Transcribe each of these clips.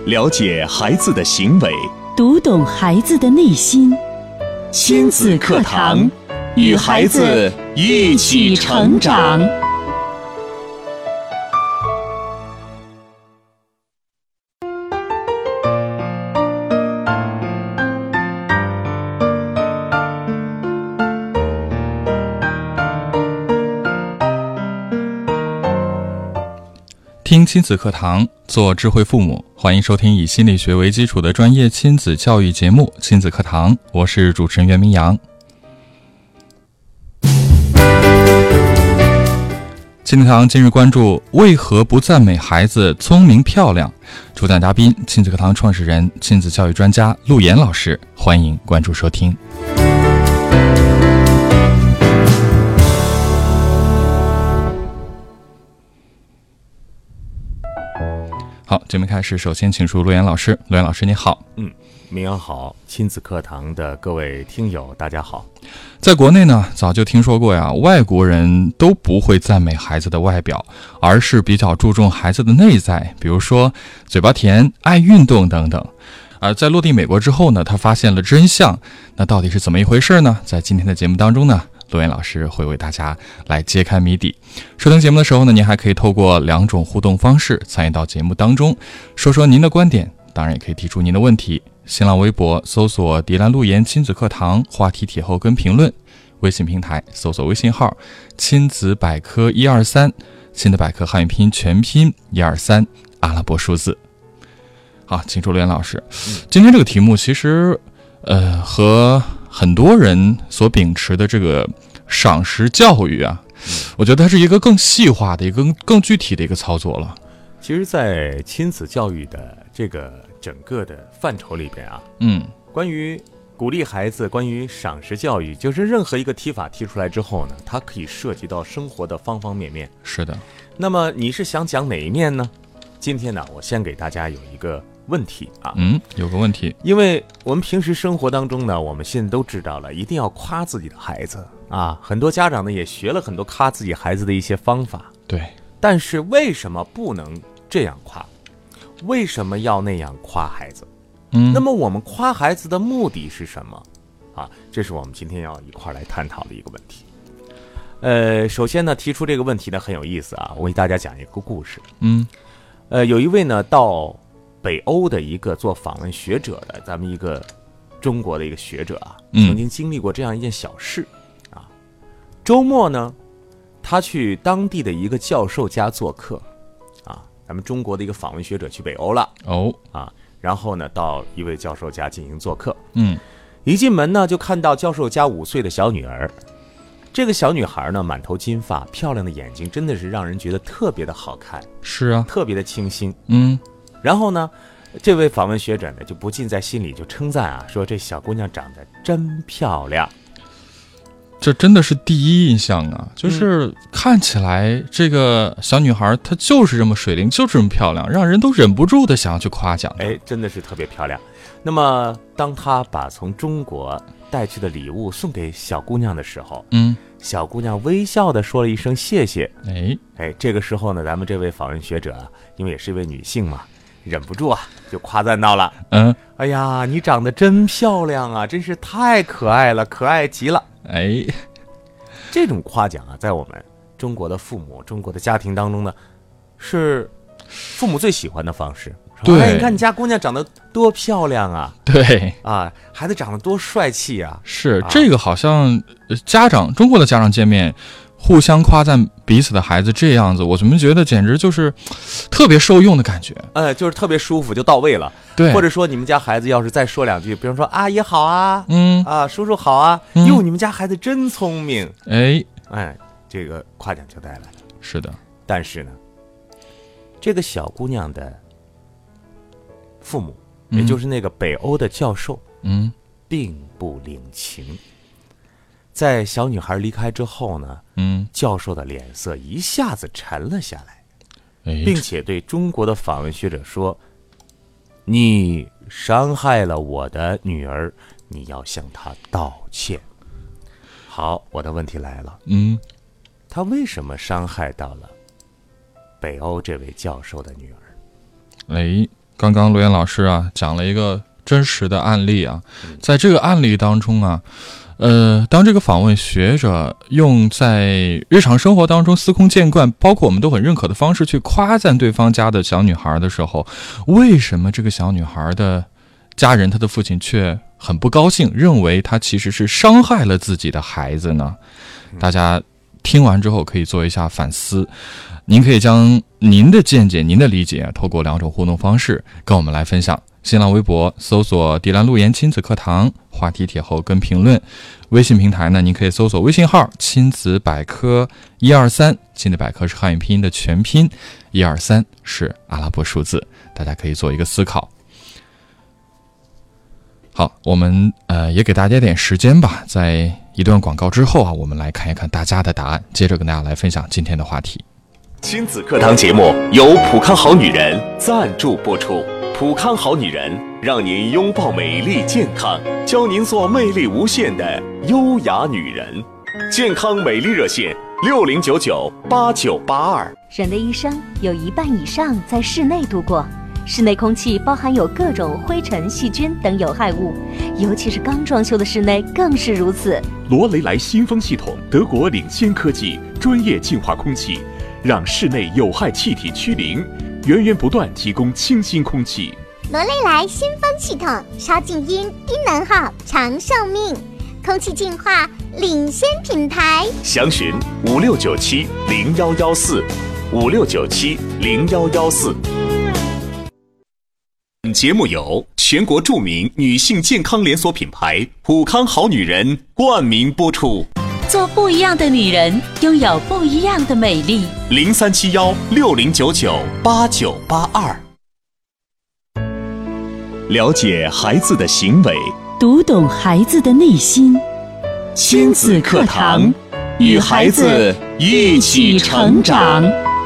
了解孩子的行为， 读懂孩子的内心。 亲子课堂，与孩子一起成长。 听亲子课堂，做智慧父母，欢迎收听以心理学为基础的专业亲子教育节目《亲子课堂》，我是主持人袁明阳。亲子课堂今日关注：为何不赞美孩子聪明漂亮？主讲嘉宾：亲子课堂创始人、亲子教育专家陆岩老师。欢迎关注收听。好，节目开始，首先请出陆岩老师。陆岩老师你好。 明阳好，亲子课堂的各位听友大家好。 在国内呢，早就听说过呀，外国人都不会赞美孩子的外表，而是比较注重孩子的内在，比如说嘴巴甜、爱运动等等。而在落地美国之后呢，他发现了真相，那到底是怎么一回事呢？在今天的节目当中呢，陆岩老师会为大家来揭开谜底。收听节目的时候呢，您还可以透过2种互动方式参与到节目当中，说说您的观点，当然也可以提出您的问题。新浪微博搜索迪兰陆岩亲子课堂，话题帖后跟评论。微信平台搜索微信号亲子百科123，亲子百科汉语拼音全拼123阿拉伯数字。好，请出陆岩老师。今天这个题目其实和很多人所秉持的这个赏识教育啊，我觉得它是一个更细化的一个更具体的一个操作了。 其实在亲子教育的这个整个的范畴里边啊，关于鼓励孩子，关于赏识教育，就是任何一个提法提出来之后呢，它可以涉及到生活的方方面面。 是的。 那么你是想讲哪一面呢？今天呢，我先给大家有一个问题啊。 有个问题。 因为我们平时生活当中呢，我们现在都知道了，一定要夸自己的孩子啊。很多家长呢也学了很多夸自己孩子的一些方法。 对。 但是为什么不能这样夸？为什么要那样夸孩子？那么我们夸孩子的目的是什么啊？这是我们今天要一块来探讨的一个问题。首先呢，提出这个问题呢很有意思啊，我给大家讲一个故事。有一位呢到北欧的一个做访问学者的，咱们一个中国的一个学者啊，曾经经历过这样一件小事啊。周末呢，他去当地的一个教授家做客啊，咱们中国的一个访问学者去北欧了然后呢到一位教授家进行做客。一进门呢就看到教授家5岁的小女儿。这个小女孩呢满头金发，漂亮的眼睛，真的是让人觉得特别的好看。 是啊， 特别的清新。然后呢这位访问学者呢就不禁在心里就称赞啊，说这小姑娘长得真漂亮。 这真的是第一印象啊，就是看起来这个小女孩她就是这么水灵，就是这么漂亮，让人都忍不住的想要去夸奖。 真的是特别漂亮。那么当她把从中国带去的礼物送给小姑娘的时候，小姑娘微笑的说了一声谢谢。这个时候呢，咱们这位访问学者啊，因为也是一位女性嘛，忍不住啊就夸赞到了。哎呀，你长得真漂亮啊，真是太可爱了，可爱极了。这种夸奖啊，在我们中国的父母、中国的家庭当中呢，是父母最喜欢的方式。 对， 你看你家姑娘长得多漂亮啊！ 对啊，孩子长得多帅气啊！ 是这个，好像中国的家长见面，互相夸赞彼此的孩子，这样子，我怎么觉得简直就是特别受用的感觉。 就是特别舒服，就到位了。 对，或者说你们家孩子要是再说2句，比如说阿姨好啊，叔叔好啊，你们家孩子真聪明。这个夸奖就带来了。 是的。 但是呢，这个小姑娘的父母，也就是那个北欧的教授，并不领情。在小女孩离开之后呢，教授的脸色一下子沉了下来，并且对中国的访问学者说：“你伤害了我的女儿，你要向她道歉。”好，我的问题来了，他为什么伤害到了北欧这位教授的女儿？ 刚刚陆岩老师啊讲了一个真实的案例啊，在这个案例当中啊，当这个访问学者用在日常生活当中司空见惯，包括我们都很认可的方式去夸赞对方家的小女孩的时候，为什么这个小女孩的家人，她的父亲却很不高兴，认为她其实是伤害了自己的孩子呢？大家听完之后可以做一下反思，您可以将您的见解、您的理解透过2种互动方式跟我们来分享。新浪微博搜索迪兰路言亲子课堂，话题帖后跟评论。微信平台呢，您可以搜索微信号亲子百科123，亲子百科是汉语拼音的全拼，123是阿拉伯数字，大家可以做一个思考。好，我们也给大家点时间吧，在一段广告之后啊，我们来看一看大家的答案，接着跟大家来分享今天的话题。 亲子课堂节目由普康好女人赞助播出。普康好女人让您拥抱美丽健康，教您做魅力无限的优雅女人。健康美丽热线60998982。 人的一生有一半以上在室内度过，室内空气包含有各种灰尘、细菌等有害物，尤其是刚装修的室内更是如此。 罗雷莱新风系统，德国领先科技，专业净化空气，让室内有害气体趋零，源源不断提供清新空气。 罗雷莱新风系统，超静音、低能耗、长寿命，空气净化领先品牌。 详询56970114，56970114。本节目由全国著名女性健康连锁品牌普康好女人冠名播出。 做不一样的女人，拥有不一样的美丽。 037160998982。了解孩子的行为， 读懂孩子的内心。 亲子课堂，与孩子一起成长。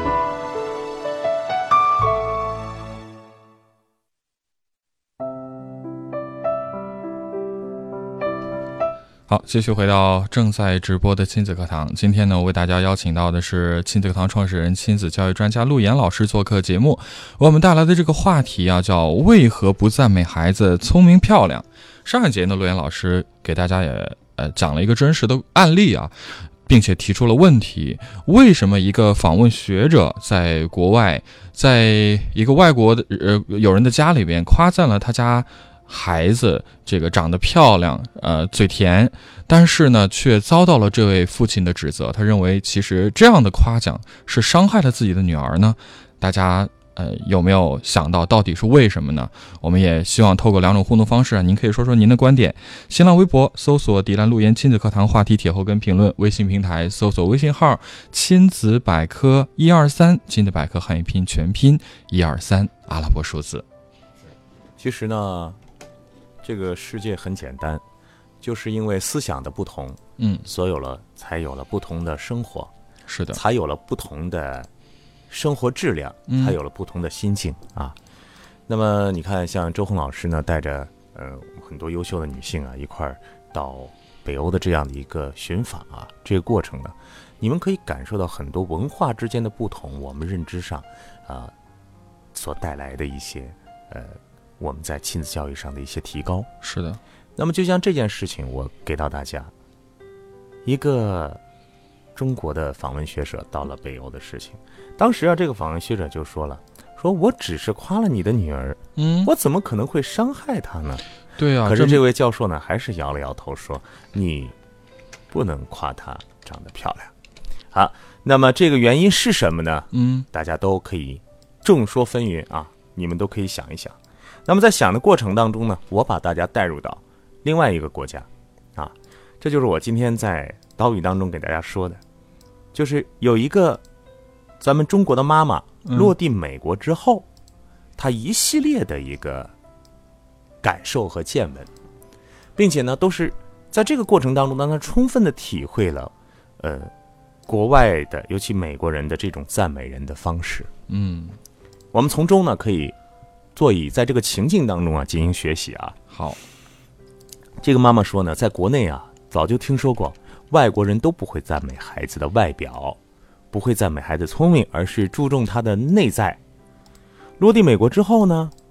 好，继续回到正在直播的亲子课堂。今天呢，我为大家邀请到的是亲子课堂创始人、亲子教育专家陆岩老师做客节目。为我们带来的这个话题啊，叫为何不赞美孩子聪明漂亮。上一节呢，陆岩老师给大家也讲了一个真实的案例啊，并且提出了问题：为什么一个访问学者在国外，在一个外国的友人的家里边夸赞了他家孩子这个长得漂亮，嘴甜，但是呢，却遭到了这位父亲的指责。他认为，其实这样的夸奖是伤害了自己的女儿呢。大家有没有想到到底是为什么呢？我们也希望透过2种互动方式啊，您可以说说您的观点。新浪微博搜索迪兰路言亲子课堂，话题帖后跟评论。微信平台搜索微信号亲子百科123，亲子百科汉语拼全拼123阿拉伯数字。 其实呢，这个世界很简单，就是因为思想的不同，才有了不同的生活， 是的， 才有了不同的生活质量，才有了不同的心境啊。那么你看，像周红老师呢，带着很多优秀的女性啊，一块儿到北欧的这样的一个寻访啊，这个过程呢，你们可以感受到很多文化之间的不同，我们认知上所带来的一些我们在亲子教育上的一些提高。 是的。 那么就像这件事情，我给到大家一个中国的访问学者到了北欧的事情。当时啊，这个访问学者就说了，说我只是夸了你的女儿，我怎么可能会伤害她呢？ 对啊。 可是这位教授呢，还是摇了摇头说，你不能夸她长得漂亮。好，那么这个原因是什么呢？大家都可以众说纷纭啊，你们都可以想一想。那么在想的过程当中呢，我把大家带入到另外一个国家啊，这就是我今天在岛屿当中给大家说的，就是有一个咱们中国的妈妈落地美国之后，她一系列的一个感受和见闻，并且呢，都是在这个过程当中，让她充分的体会了国外的，尤其美国人的这种赞美人的方式。我们从中呢可以在这个情境当中啊进行学习啊。 好， 这个妈妈说呢，在国内啊早就听说过，外国人都不会赞美孩子的外表，不会赞美孩子聪明，而是注重他的内在。落地美国之后呢，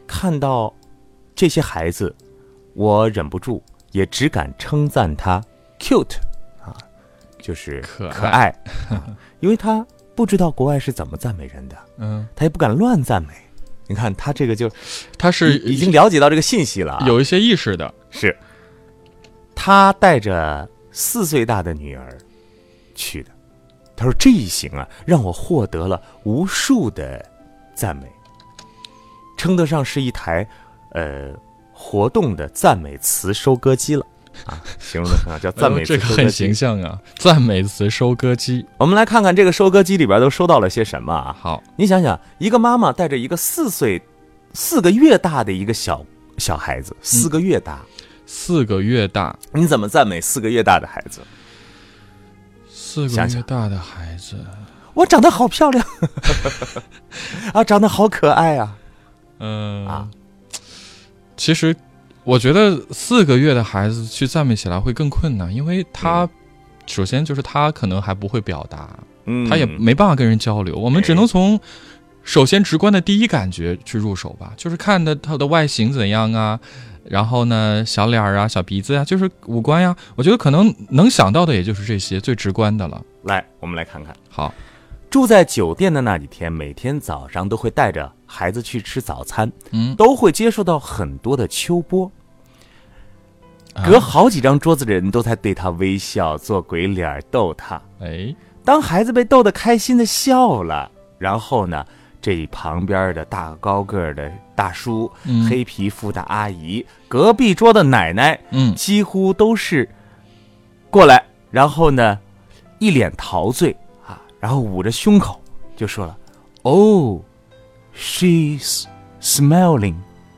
看到这些孩子，我忍不住也只敢称赞他 cute 啊，就是可爱因为他不知道国外是怎么赞美人的，他也不敢乱赞美。你看他这个他是已经了解到这个信息了， 有一些意识的。 是他带着4岁大的女儿去的，他说这一行啊，让我获得了无数的赞美，称得上是一台活动的赞美词收割机了啊，形容的很好，叫赞美词收割机。这个很形象啊，赞美词收割机。 我们来看看这个收割机里边都收到了些什么啊？ 好， 你想想，一个妈妈带着一个4个月大的一个小孩子，4个月大 ，4个月大， 你怎么赞美4个月大的孩子 ？4个月大的孩子， 我长得好漂亮啊，长得好可爱啊。 其实我觉得4个月的孩子去赞美起来会更困难，因为他首先就是他可能还不会表达，他也没办法跟人交流，我们只能从首先直观的第一感觉去入手吧，就是看的他的外形怎样啊，然后呢小脸啊小鼻子啊，就是五官呀，我觉得可能想到的也就是这些最直观的了。 来，我们来看看。 好， 住在酒店的那几天，每天早上都会带着孩子去吃早餐，都会接受到很多的秋波，隔好几张桌子的人都在对他微笑，做鬼脸逗他。当孩子被逗得开心的笑了，然后呢，这旁边的大高个的大叔，黑皮肤的阿姨，隔壁桌的奶奶，几乎都是过来，然后呢，一脸陶醉啊，然后捂着胸口就说了 ：“Oh, she's smiling。”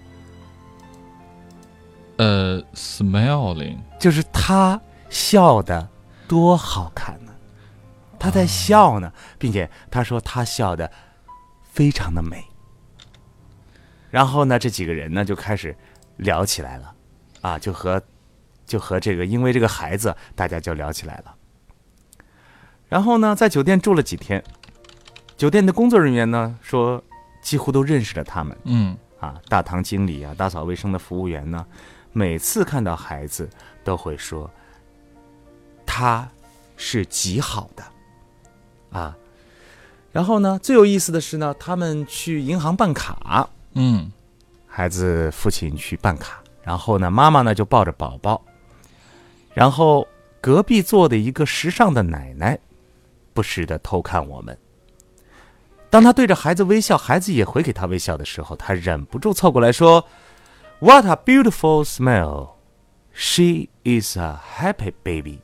smiling 就是他笑的多好看呢，他在笑呢，并且他说他笑的非常的美。然后呢，这几个人呢就开始聊起来了，啊，就和这个，因为这个孩子，大家就聊起来了。然后呢，在酒店住了几天，酒店的工作人员呢说，几乎都认识了他们，大堂经理啊，打扫卫生的服务员呢，每次看到孩子都会说，他是极好的，啊。然后呢，最有意思的是呢，他们去银行办卡，孩子父亲去办卡，然后呢，妈妈呢就抱着宝宝，然后隔壁坐的一个时尚的奶奶，不时地偷看我们。当他对着孩子微笑，孩子也回给他微笑的时候，他忍不住凑过来说 ：“What a beautiful smile! She is a happy baby。”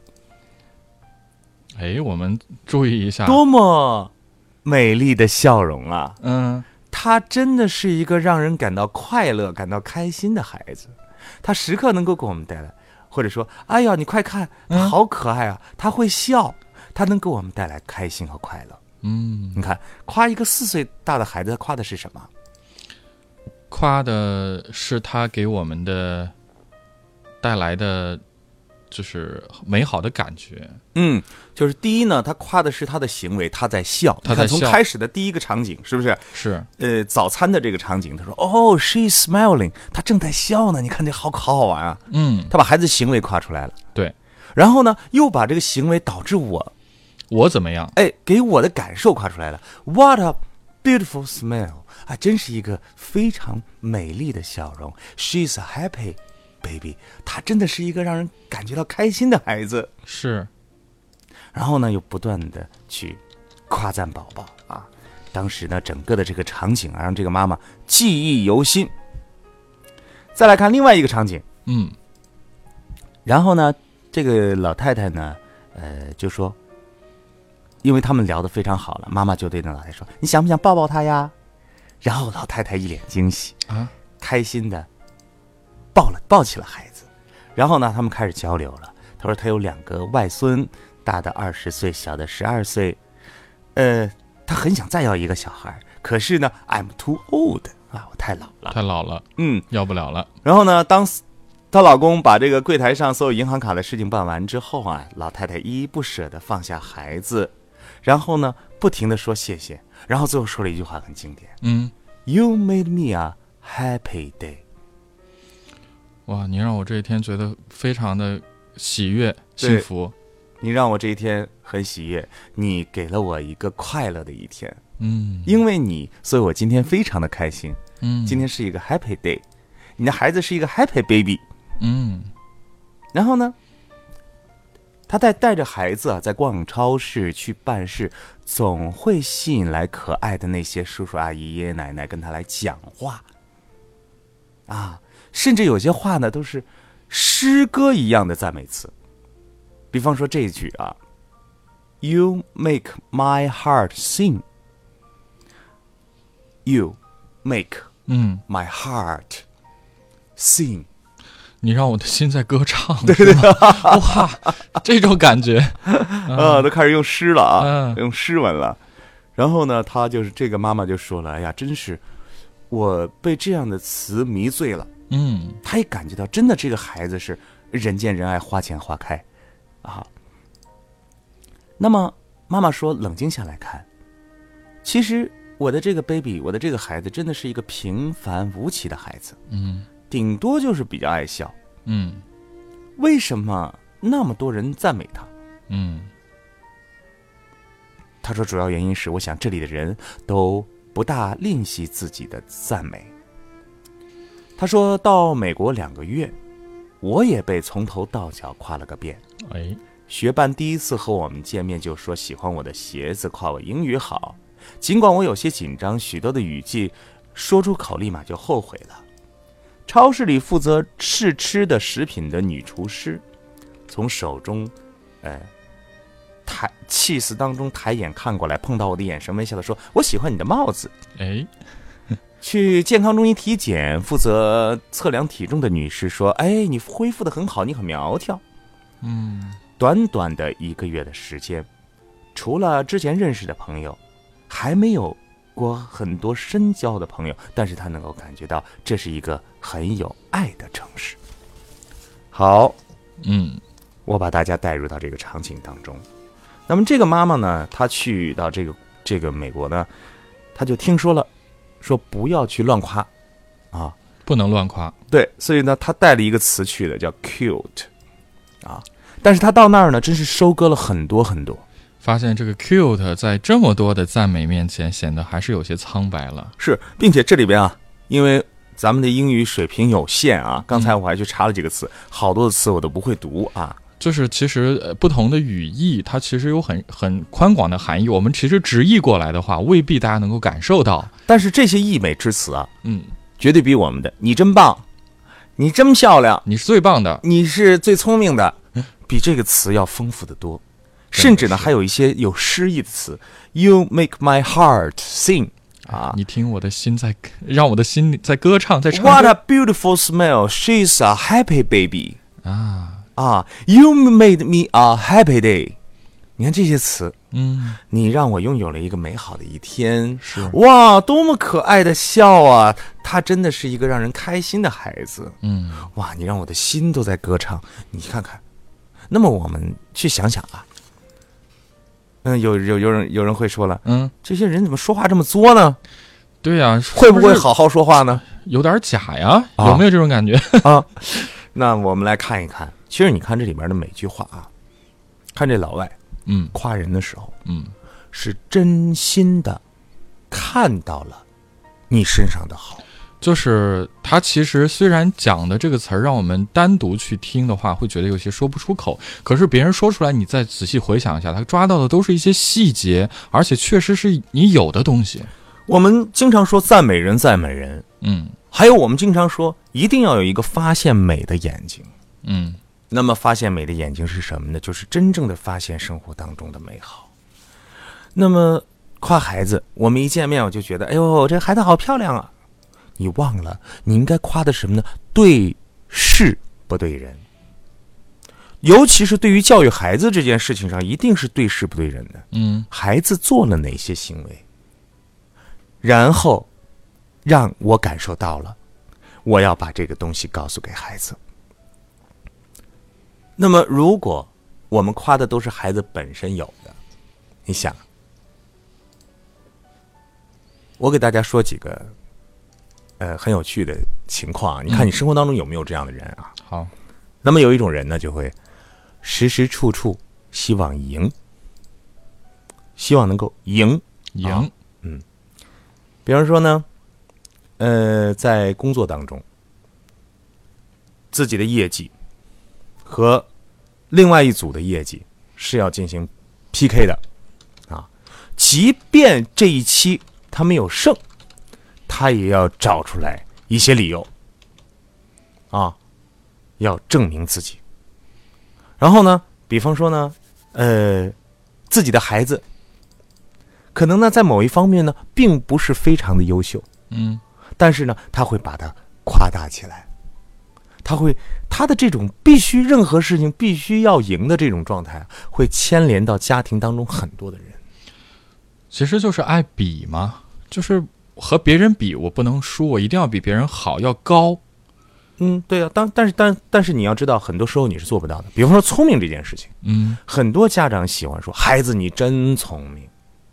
我们注意一下， 多么美丽的笑容啊！他真的是一个让人感到快乐、感到开心的孩子。他时刻能够给我们带来，或者说，哎呀，你快看，他好可爱啊！他会笑，他能给我们带来开心和快乐。你看，夸一个4岁大的孩子，夸的是什么？ 夸的是他给我们的带来的就是美好的感觉。 就是第一呢，他夸的是他的行为，他在笑。他在笑。从开始的第一个场景，是不是？ 是。 早餐的这个场景，他说：“Oh, she's smiling。”他正在笑呢，你看这好好玩啊。他把孩子行为夸出来了。 对。 然后呢，又把这个行为导致我怎么样？ 给我的感受夸出来了。What a beautiful smile！ 啊，真是一个非常美丽的笑容。She's a happy baby， 他真的是一个让人感觉到开心的孩子。 是。 然后呢，又不断的去夸赞宝宝啊。当时呢，整个的这个场景让这个妈妈记忆犹新。再来看另外一个场景，然后呢，这个老太太呢，就说，因为他们聊得非常好了，妈妈就对那老太太说：“你想不想抱抱她呀？”然后老太太一脸惊喜啊，开心的抱起了孩子。然后呢，他们开始交流了。他说他有2个外孙，大的20岁，小的12岁。他很想再要一个小孩，可是呢 ，I'm too old 啊，我太老了， 要不了了。 然后呢，当她老公把这个柜台上所有银行卡的事情办完之后啊，老太太依依不舍地放下孩子，然后呢，不停地说谢谢，然后最后说了一句话很经典，You made me a happy day。 哇，你让我这一天觉得非常的喜悦幸福。 你让我这一天很喜悦，你给了我一个快乐的一天。因为你，所以我今天非常的开心。今天是一个 happy day， 你的孩子是一个 happy baby。然后呢，他带着孩子在逛超市去办事，总会吸引来可爱的那些叔叔阿姨、爷爷奶奶跟他来讲话啊，甚至有些话呢都是诗歌一样的赞美词。比方说这一句啊 ，You make my heart sing。 You make my heart sing。 你让我的心在歌唱。对，哇，这种感觉都开始用诗了啊，用诗文了。然后呢，他就是这个妈妈就说了，哎呀，真是我被这样的词迷醉了。他也感觉到真的这个孩子是人见人爱，花见花开啊。那么妈妈说，冷静下来看，其实我的这个 baby， 我的这个孩子真的是一个平凡无奇的孩子。顶多就是比较爱笑。为什么那么多人赞美他？他说主要原因是，我想这里的人都不大吝惜自己的赞美。他说到美国2个月，我也被从头到脚夸了个遍。学伴第一次和我们见面就说喜欢我的鞋子，夸我英语好。尽管我有些紧张，许多的语句说出口立马就后悔了。超市里负责试吃的食品的女厨师，从手中气势当中抬眼看过来，碰到我的眼神，微笑的说，我喜欢你的帽子。去健康中心体检，负责测量体重的女士说，你恢复得很好，你很苗条。短短的1个月的时间，除了之前认识的朋友，还没有过很多深交的朋友，但是他能够感觉到这是一个很有爱的城市。好，我把大家带入到这个场景当中。那么这个妈妈呢，她去到这个美国呢，她就听说了，说不要去乱夸啊， 不能乱夸。 对，所以呢，她带了一个词去的，叫 cute 啊。但是她到那儿呢，真是收割了很多很多。 发现这个 cute 在这么多的赞美面前显得还是有些苍白了。 是，并且这里边啊，因为咱们的英语水平有限啊，刚才我还去查了几个词，好多的词我都不会读啊。 就是其实不同的语义，它其实有很宽广的含义。我们其实直译过来的话，未必大家能够感受到。 但是这些溢美之词啊，绝对比我们的"你真棒"、"你真漂亮"、" 你是最棒的"、" 你是最聪明的"，比这个词要丰富得多。甚至呢，还有一些有诗意的词 ，You make my heart sing 啊， 你听我的心在，让我的心在歌唱，在唱歌。 What a beautiful smell! She's a happy baby 啊 ，You made me a happy day。你看这些词，你让我拥有了一个美好的一天。 是哇，多么可爱的笑啊！他真的是一个让人开心的孩子。哇，你让我的心都在歌唱。你看看，那么我们去想想啊。有人会说了，这些人怎么说话这么作呢？ 对呀， 会不会好好说话呢？ 有点假呀，有没有这种感觉啊？那我们来看一看，其实你看这里面的每句话啊，看这老外，夸人的时候，是真心的看到了你身上的好。 就是他其实虽然讲的这个词儿让我们单独去听的话会觉得有些说不出口，可是别人说出来你再仔细回想一下，他抓到的都是一些细节，而且确实是你有的东西。 我们经常说赞美人赞美人，还有我们经常说一定要有一个发现美的眼睛，那么发现美的眼睛是什么呢？就是真正的发现生活当中的美好。那么夸孩子，我们一见面我就觉得，哎呦，这孩子好漂亮啊。你忘了你应该夸的什么呢？对事不对人。尤其是对于教育孩子这件事情上，一定是对事不对人的。孩子做了哪些行为，然后让我感受到了，我要把这个东西告诉给孩子。那么如果我们夸的都是孩子本身有的，你想，我给大家说几个很有趣的情况，你看你生活当中有没有这样的人啊？ 好， 那么有一种人呢，就会时时处处希望赢，希望能够赢。比方说呢，在工作当中，自己的业绩和另外一组的业绩是要进行 PK 的啊，即便这一期他没有胜，他也要找出来一些理由啊，要证明自己。然后呢，比方说呢，自己的孩子可能呢在某一方面呢并不是非常的优秀，但是呢他会把它夸大起来，他的这种必须任何事情必须要赢的这种状态，会牵连到家庭当中很多的人。 其实就是爱比嘛，就是和别人比，我不能输，我一定要比别人好，要高。 对啊，但是你要知道，很多时候你是做不到的。比方说聪明这件事情，很多家长喜欢说孩子你真聪明。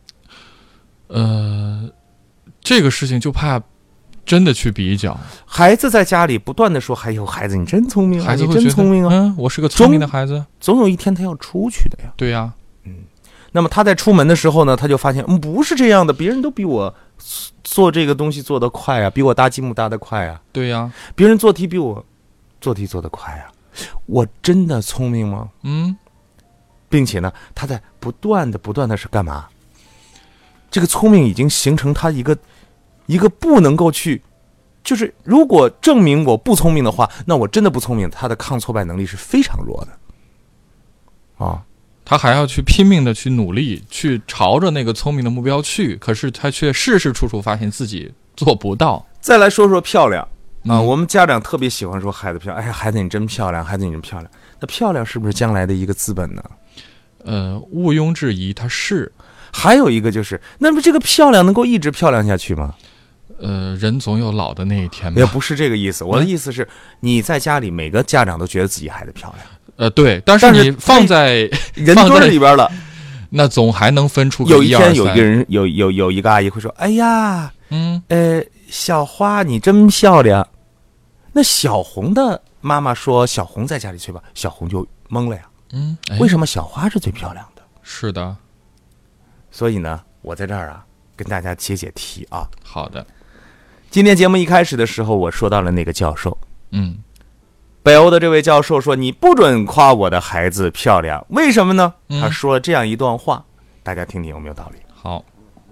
这个事情就怕真的去比较， 孩子在家里不断的说：“哎呦，孩子你真聪明啊，你孩子会觉得真聪明啊！” 我是个聪明的孩子， 总有一天他要出去的呀。 对呀， 那么他在出门的时候呢，他就发现，不是这样的，别人都比我做这个东西做得快啊，比我搭积木搭得快啊。 对呀， 别人做题比我做题做得快啊，我真的聪明吗？并且呢，他在不断的是干嘛？这个聪明已经形成他一个不能够去，就是如果证明我不聪明的话，那我真的不聪明，他的抗挫败能力是非常弱的啊。 他还要去拼命的去努力，去朝着那个聪明的目标去，可是他却事事处处发现自己做不到。 再来说说漂亮啊，我们家长特别喜欢说孩子漂亮，哎呀，孩子你真漂亮，孩子你真漂亮。那漂亮是不是将来的一个资本呢？ 毋庸置疑，它是。 还有一个就是，那么这个漂亮能够一直漂亮下去吗？ 人总有老的那一天吧。 也不是这个意思，我的意思是，你在家里每个家长都觉得自己孩子漂亮。 对，但是你放在人堆里边了， 那总还能分出个有一天 1、2、3。 有一个人有一个阿姨会说：“哎呀，小花你真漂亮。”那小红的妈妈说：“小红在家里睡吧。”小红就懵了呀。为什么小花是最漂亮的？ 是的。 所以呢，我在这儿啊，跟大家解解题啊。 好的。 今天节目一开始的时候，我说到了那个教授。北欧的这位教授说：“你不准夸我的孩子漂亮，为什么呢？”他说了这样一段话，大家听听有没有道理？ 好。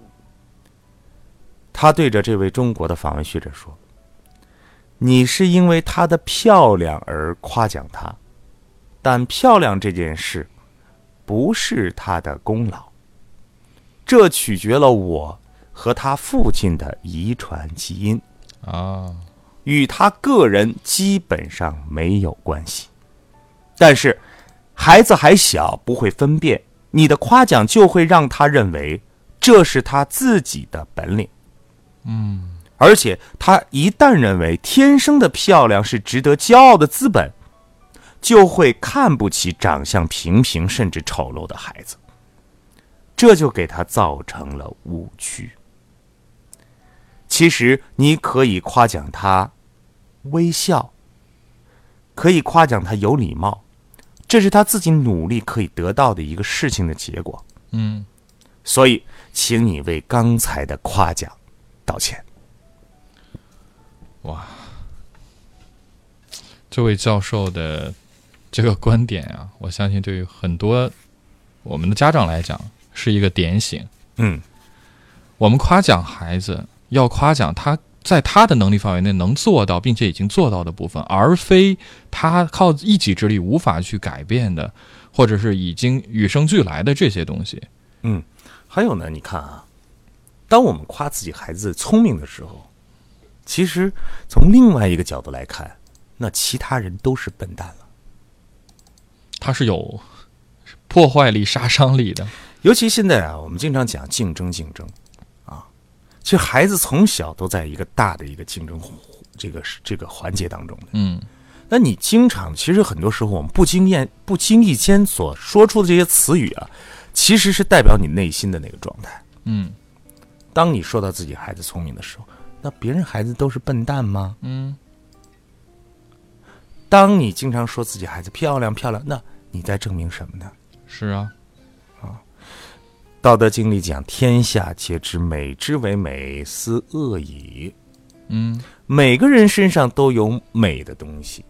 他对着这位中国的访问学者说：“你是因为她的漂亮而夸奖她，但漂亮这件事不是她的功劳，这取决了我和她父亲的遗传基因啊。” 与他个人基本上没有关系，但是孩子还小，不会分辨，你的夸奖就会让他认为这是他自己的本领。而且他一旦认为天生的漂亮是值得骄傲的资本，就会看不起长相平平甚至丑陋的孩子，这就给他造成了误区。其实你可以夸奖他微笑，可以夸奖他有礼貌，这是他自己努力可以得到的一个事情的结果。所以请你为刚才的夸奖道歉。 哇，这位教授的这个观点啊，我相信对于很多我们的家长来讲是一个点醒。我们夸奖孩子，要夸奖他在他的能力范围内能做到并且已经做到的部分，而非他靠一己之力无法去改变的，或者是已经与生俱来的这些东西。 还有呢，你看啊，当我们夸自己孩子聪明的时候，其实从另外一个角度来看，那其他人都是笨蛋了。 他是有破坏力、杀伤力的。 尤其现在啊，我们经常讲竞争啊，其实孩子从小都在一个大的一个竞争这个环节当中的。那你经常其实很多时候我们不经意间所说出的这些词语啊，其实是代表你内心的那个状态。当你说到自己孩子聪明的时候， 那别人孩子都是笨蛋吗？当你经常说自己孩子漂亮漂亮，那你在证明什么呢？ 是啊， 道德经里讲，天下皆知美之为美，斯恶已。每个人身上都有美的东西。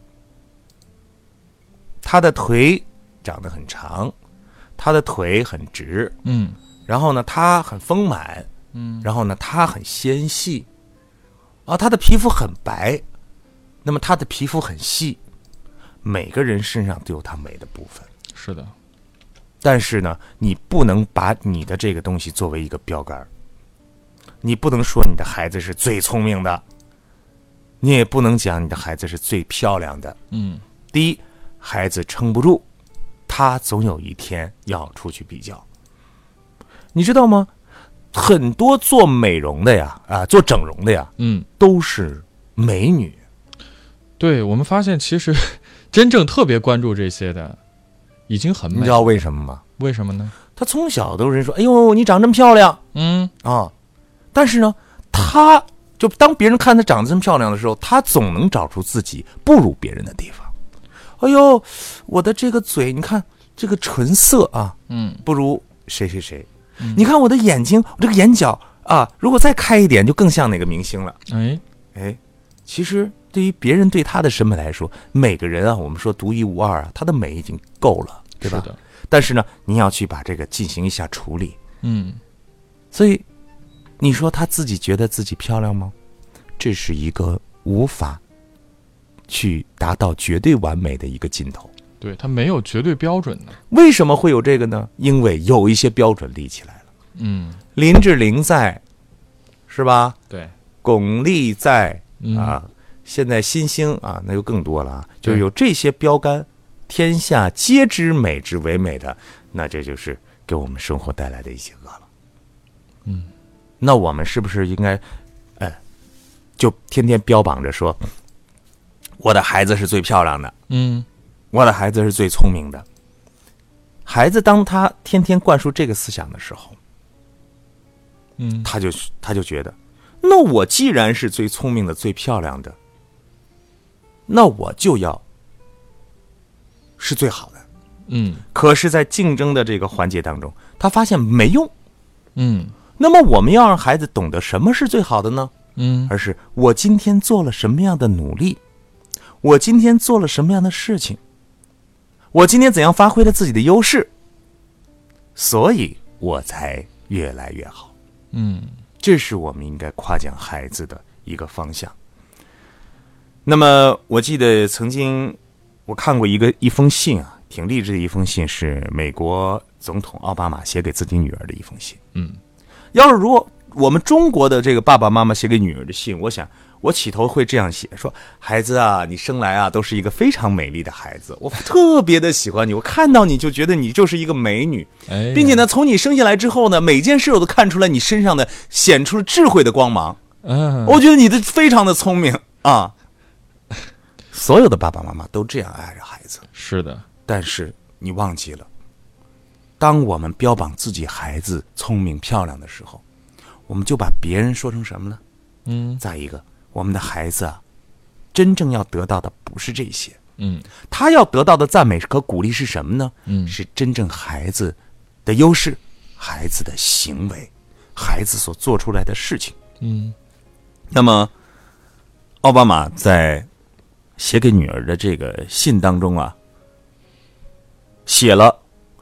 他的腿长得很长，他的腿很直，然后呢，他很丰满，然后呢，他很纤细，他的皮肤很白，那么他的皮肤很细。每个人身上都有他美的部分。 是的。 但是呢，你不能把你的这个东西作为一个标杆，你不能说你的孩子是最聪明的，你也不能讲你的孩子是最漂亮的。第一，孩子撑不住，他总有一天要出去比较。你知道吗？很多做美容的呀，做整容的呀，都是美女。 对，我们发现其实真正特别关注这些的已经很美。 你知道为什么吗？ 为什么呢？ 他从小都是人说，哎呦，你长这么漂亮，但是呢，他就当别人看他长得这么漂亮的时候，他总能找出自己不如别人的地方。哎呦，我的这个嘴，你看这个唇色啊，不如谁谁谁。你看我的眼睛，我这个眼角啊，如果再开一点，就更像哪个明星了。其实对于别人对他的审美来说，每个人啊，我们说独一无二啊，他的美已经够了，对吧？ 是的。 但是呢，你要去把这个进行一下处理。所以你说他自己觉得自己漂亮吗？这是一个无法去达到绝对完美的一个尽头。 对，他没有绝对标准的。 为什么会有这个呢？因为有一些标准立起来了。林志玲在，是吧？ 对。 巩俐在现在新星啊，那就更多了啊，就是有这些标杆，天下皆知美之为美的，那这就是给我们生活带来的一些恶了。那我们是不是应该，就天天标榜着说，我的孩子是最漂亮的，我的孩子是最聪明的。孩子当他天天灌输这个思想的时候，他就觉得，那我既然是最聪明的、最漂亮的，那我就要是最好的。可是在竞争的这个环节当中，他发现没用。那么我们要让孩子懂得什么是最好的呢？而是我今天做了什么样的努力，我今天做了什么样的事情，我今天怎样发挥了自己的优势，所以我才越来越好。这是我们应该夸奖孩子的一个方向。那么我记得曾经我看过一封信啊，挺励志的一封信，是美国总统奥巴马写给自己女儿的一封信。要是如果我们中国的这个爸爸妈妈写给女儿的信，我想我起头会这样写，说孩子啊，你生来啊都是一个非常美丽的孩子，我特别的喜欢你，我看到你就觉得你就是一个美女，并且呢从你生下来之后呢，每件事我都看出来你身上的显出了智慧的光芒。我觉得你的非常的聪明啊。所有的爸爸妈妈都这样爱着孩子。 是的。 但是你忘记了，当我们标榜自己孩子聪明漂亮的时候，我们就把别人说成什么呢？再一个，我们的孩子啊，真正要得到的不是这些。他要得到的赞美和鼓励是什么呢？是真正孩子的优势，孩子的行为，孩子所做出来的事情。那么奥巴马在写给女儿的这个信当中啊，写了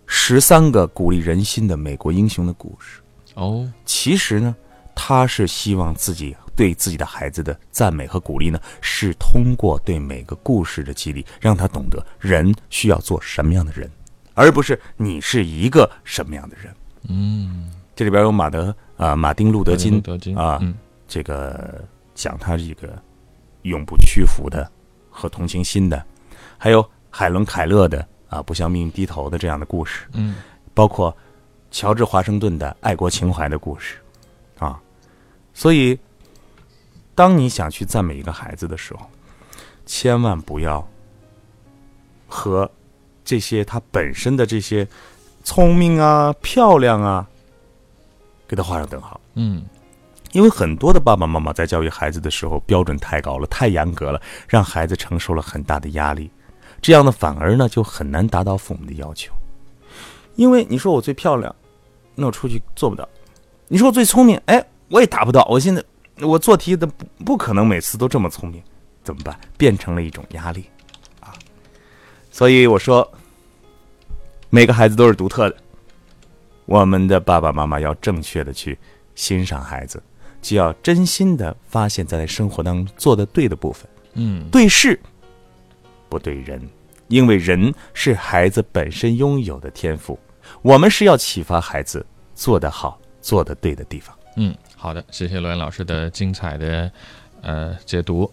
13个鼓励人心的美国英雄的故事。其实呢，他是希望自己对自己的孩子的赞美和鼓励呢，是通过对每个故事的激励，让他懂得人需要做什么样的人，而不是你是一个什么样的人。这里边有马丁路德金啊，这个讲他这个永不屈服的和同情心的，还有海伦凯勒的不向命运低头的这样的故事，包括乔治华盛顿的爱国情怀的故事啊。所以当你想去赞美一个孩子的时候，千万不要和这些他本身的这些聪明啊、漂亮啊给他画上等号。 因为很多的爸爸妈妈在教育孩子的时候标准太高了，太严格了，让孩子承受了很大的压力，这样呢反而呢就很难达到父母的要求。因为你说我最漂亮，那我出去做不到；你说我最聪明，我也达不到。我现在我做题的不可能每次都这么聪明，怎么办？变成了一种压力啊！所以我说，每个孩子都是独特的，我们的爸爸妈妈要正确的去欣赏孩子，就要真心的发现在生活当中做的对的部分。对事不对人，因为人是孩子本身拥有的天赋，我们是要启发孩子做得好、做得对的地方。 好的，谢谢罗源老师的精彩的解读。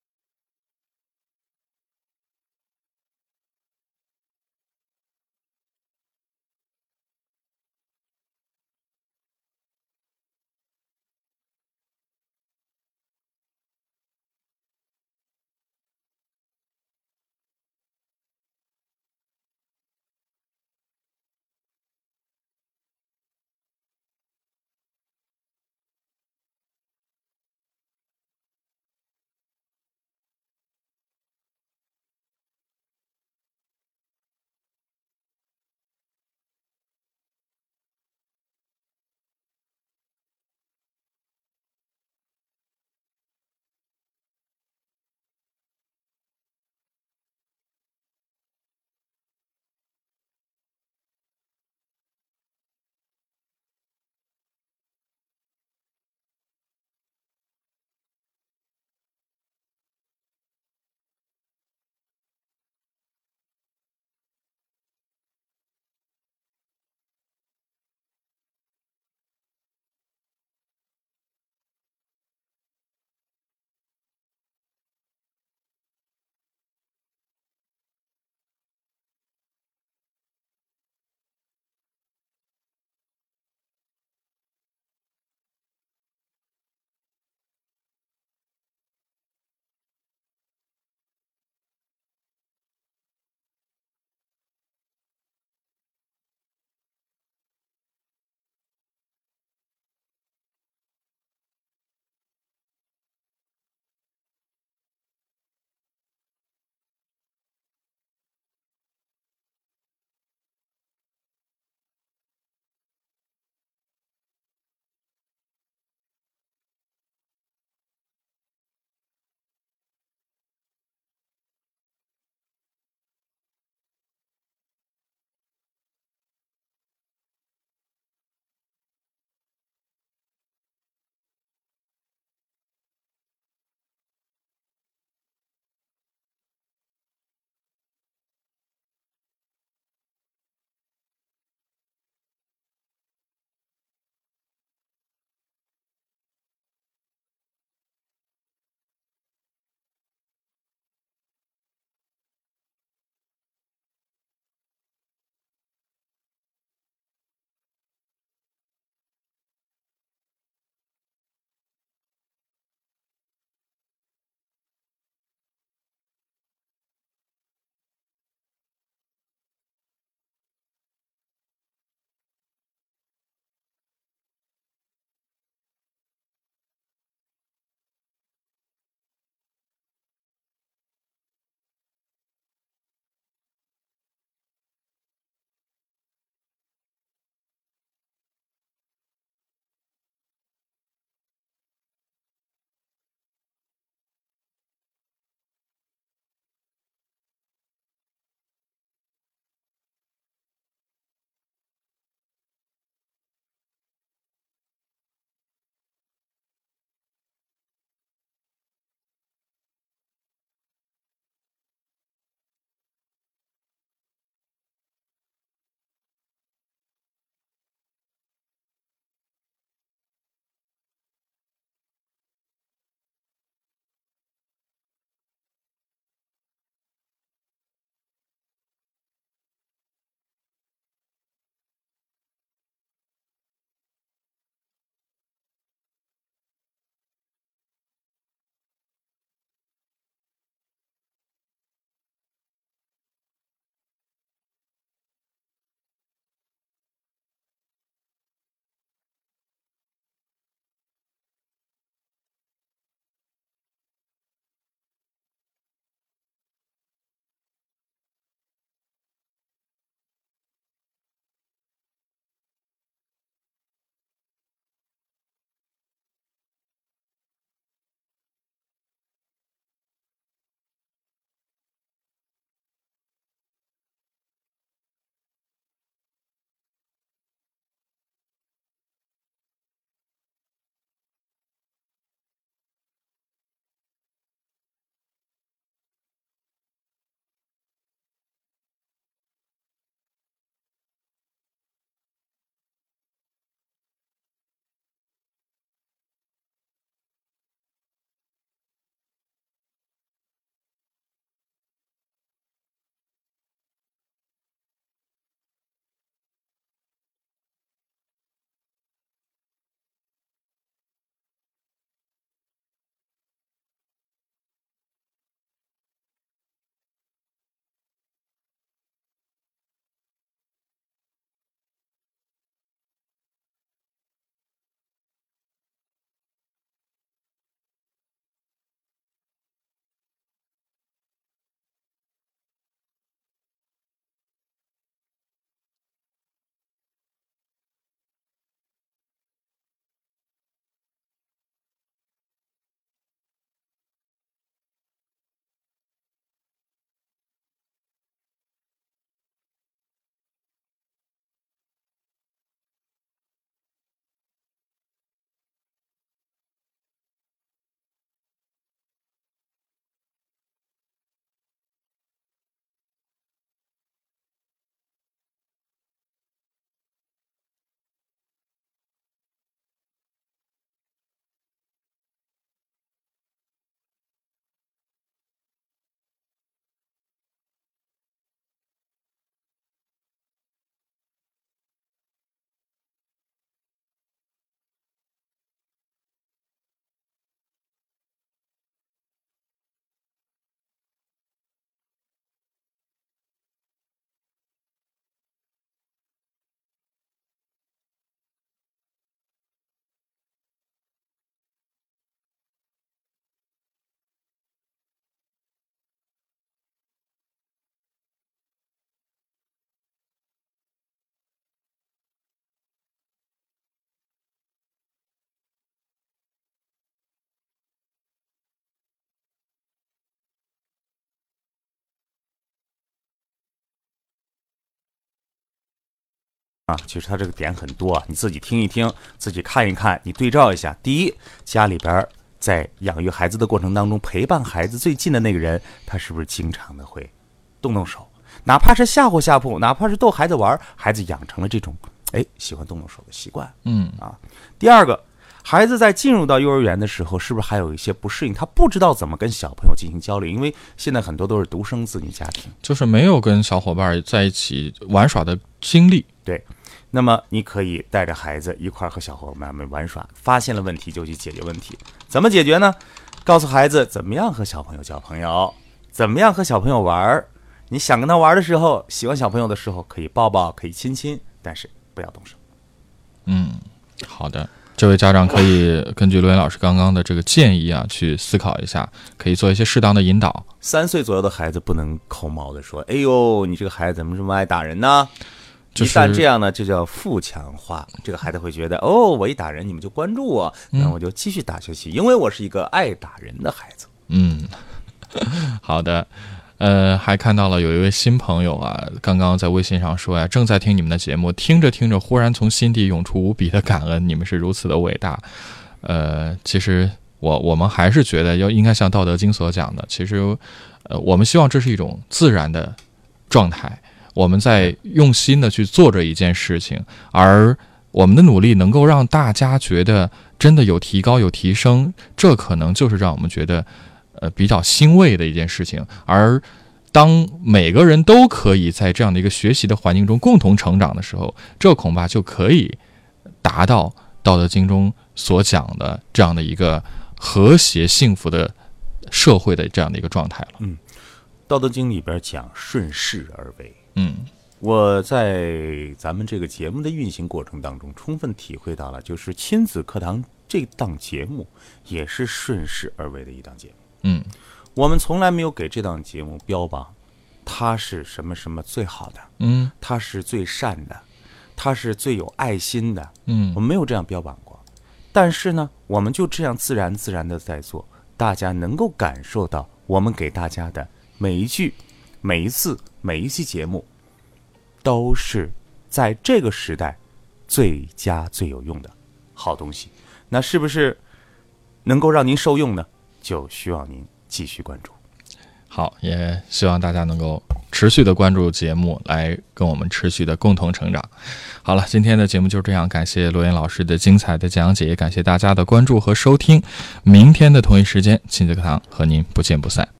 啊，其实它这个点很多啊，你自己听一听，自己看一看，你对照一下。第一，家里边在养育孩子的过程当中，陪伴孩子最近的那个人，他是不是经常的会动手，哪怕是吓唬吓唬，哪怕是逗孩子玩，孩子养成了这种喜欢动手的习惯。第二个，孩子在进入到幼儿园的时候，是不是还有一些不适应？他不知道怎么跟小朋友进行交流，因为现在很多都是独生子女家庭， 就是没有跟小伙伴在一起玩耍的经历。 对，那么你可以带着孩子一块和小伙伴们玩耍，发现了问题就去解决问题。怎么解决呢？告诉孩子怎么样和小朋友交朋友，怎么样和小朋友玩。你想跟他玩的时候，喜欢小朋友的时候，可以抱抱，可以亲亲，但是不要动手。 好的，这位家长可以根据罗岩老师刚刚的这个建议啊，去思考一下，可以做一些适当的引导。 3岁左右的孩子不能抠毛的说：“哎呦，你这个孩子怎么这么爱打人呢？”一旦这样呢，就叫负强化。这个孩子会觉得，我一打人，你们就关注我，那我就继续打下去，因为我是一个爱打人的孩子。 好的。还看到了有一位新朋友啊，刚刚在微信上说呀，正在听你们的节目，听着听着，忽然从心底涌出无比的感恩，你们是如此的伟大。其实我们还是觉得应该像《道德经》所讲的，其实我们希望这是一种自然的状态，我们在用心的去做着一件事情，而我们的努力能够让大家觉得真的有提高有提升，这可能就是让我们觉得比较欣慰的一件事情。而当每个人都可以在这样的一个学习的环境中共同成长的时候，这恐怕就可以达到《道德经》中所讲的这样的一个和谐幸福的社会的这样的一个状态了。 《道德经》里边讲顺势而为。我在咱们这个节目的运行过程当中，充分体会到了，就是亲子课堂这档节目也是顺势而为的一档节目。我们从来没有给这档节目标榜它是什么什么最好的，它是最善的，它是最有爱心的，我们没有这样标榜过。但是呢，我们就这样自然的在做，大家能够感受到我们给大家的每一句、每一次、每一期节目，都是在这个时代最佳最有用的好东西。那是不是能够让您受用呢？就需要您继续关注。 好，也希望大家能够持续的关注节目，来跟我们持续的共同成长。好了，今天的节目就这样，感谢罗岩老师的精彩的讲解，也感谢大家的关注和收听。明天的同一时间，亲子课堂和您不见不散。